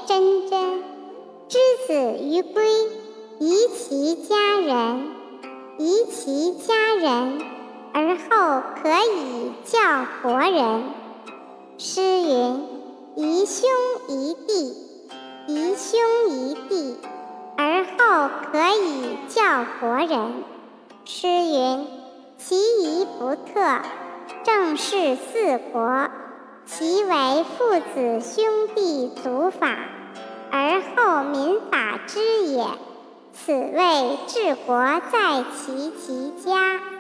真真。之子于归，宜其家人，宜其家人，而后可以教国人。诗云：宜兄宜弟，宜兄宜弟，而后可以教国人。诗云：其仪不特，正是四国，其为父子兄弟祖法，而后民法之也。此谓治国在其家。